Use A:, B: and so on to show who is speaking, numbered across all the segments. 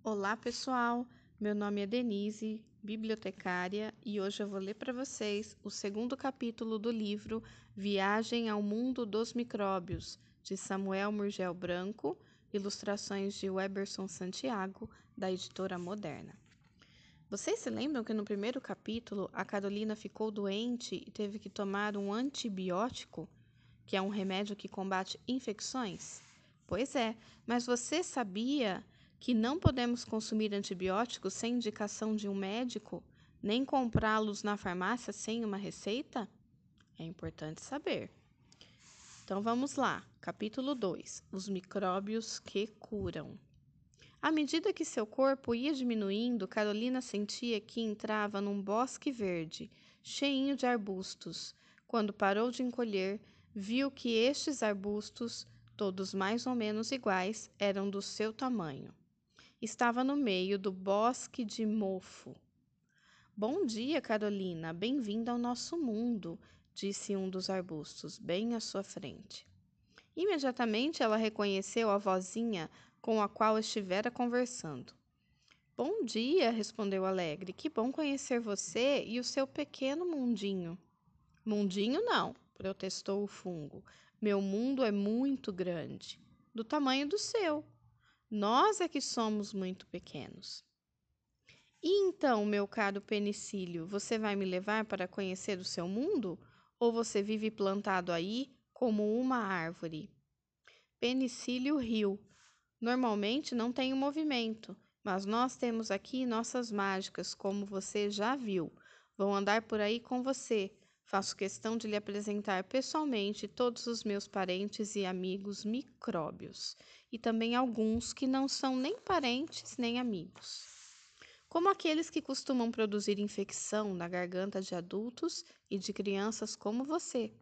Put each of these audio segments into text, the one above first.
A: Olá, pessoal! Meu nome é Denise, bibliotecária, e hoje eu vou ler para vocês o segundo capítulo do livro Viagem ao Mundo dos Micróbios, de Samuel Murgel Branco, ilustrações de Weberson Santiago, da editora Moderna. Vocês se lembram que no primeiro capítulo a Carolina ficou doente e teve que tomar um antibiótico, que é um remédio que combate infecções? Pois é, mas você sabia que não podemos consumir antibióticos sem indicação de um médico, nem comprá-los na farmácia sem uma receita? É importante saber. Então vamos lá, capítulo 2: Os micróbios que curam. À medida que seu corpo ia diminuindo, Carolina sentia que entrava num bosque verde, cheinho de arbustos. Quando parou de encolher, viu que estes arbustos, todos mais ou menos iguais, eram do seu tamanho. Estava no meio do bosque de mofo. Bom dia, Carolina, bem-vinda ao nosso mundo, disse um dos arbustos, bem à sua frente. Imediatamente ela reconheceu a vozinha com a qual estivera conversando. Bom dia, respondeu alegre, que bom conhecer você e o seu pequeno mundinho. Mundinho não, protestou o fungo. Meu mundo é muito grande, do tamanho do seu. Nós é que somos muito pequenos. E então, meu caro Penicílio, você vai me levar para conhecer o seu mundo? Ou você vive plantado aí como uma árvore? Penicílio riu. Normalmente não tenho movimento, mas nós temos aqui nossas mágicas, como você já viu. Vou andar por aí com você. Faço questão de lhe apresentar pessoalmente todos os meus parentes e amigos micróbios, e também alguns que não são nem parentes nem amigos, como aqueles que costumam produzir infecção na garganta de adultos e de crianças como você.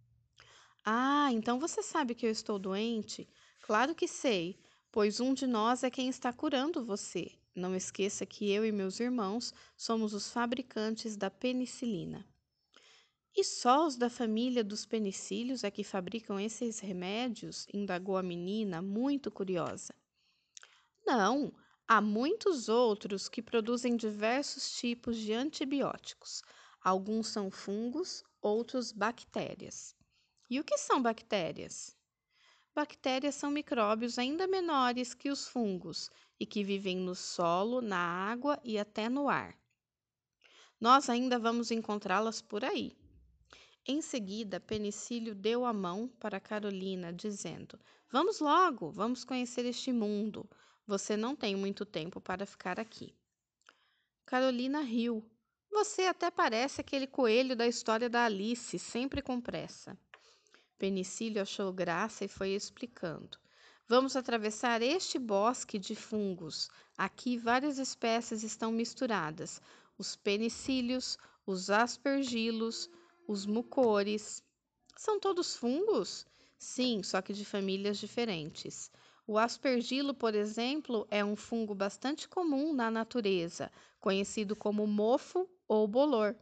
A: Ah, então você sabe que eu estou doente? Claro que sei, pois um de nós é quem está curando você. Não esqueça que eu e meus irmãos somos os fabricantes da penicilina. E só os da família dos penicílios é que fabricam esses remédios? Indagou a menina, muito curiosa. Não, há muitos outros que produzem diversos tipos de antibióticos. Alguns são fungos, outros bactérias. E o que são bactérias? Bactérias são micróbios ainda menores que os fungos e que vivem no solo, na água e até no ar. Nós ainda vamos encontrá-las por aí. Em seguida, Penicílio deu a mão para Carolina, dizendo: Vamos logo, vamos conhecer este mundo. Você não tem muito tempo para ficar aqui. Carolina riu. Você até parece aquele coelho da história da Alice, sempre com pressa. Penicílio achou graça e foi explicando. Vamos atravessar este bosque de fungos. Aqui várias espécies estão misturadas. Os penicílios, os aspergilos, os mucores. São todos fungos? Sim, só que de famílias diferentes. O aspergilo, por exemplo, é um fungo bastante comum na natureza, conhecido como mofo ou bolor.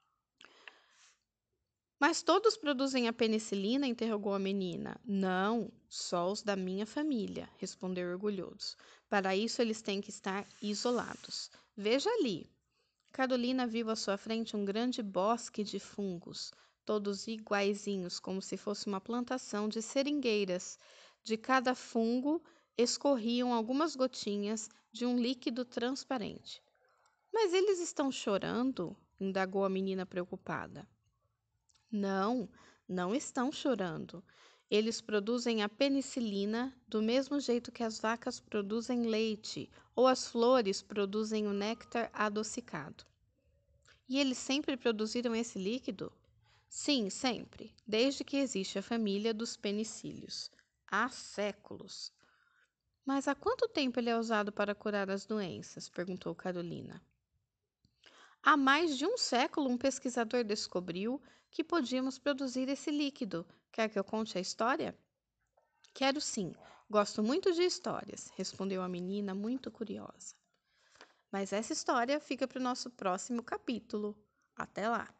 A: Mas todos produzem a penicilina? Interrogou a menina. Não, só os da minha família, respondeu orgulhoso. Para isso eles têm que estar isolados. Veja ali. Carolina viu à sua frente um grande bosque de fungos, todos iguaizinhos, como se fosse uma plantação de seringueiras. De cada fungo escorriam algumas gotinhas de um líquido transparente. Mas eles estão chorando? Indagou a menina preocupada. Não, não estão chorando. Eles produzem a penicilina do mesmo jeito que as vacas produzem leite ou as flores produzem o néctar adocicado. E eles sempre produziram esse líquido? Sim, sempre, desde que existe a família dos penicílios. Há séculos. Mas há quanto tempo ele é usado para curar as doenças? Perguntou Carolina. Há mais de um século, um pesquisador descobriu que podíamos produzir esse líquido. Quer que eu conte a história? Quero sim. Gosto muito de histórias, respondeu a menina, muito curiosa. Mas essa história fica para o nosso próximo capítulo. Até lá!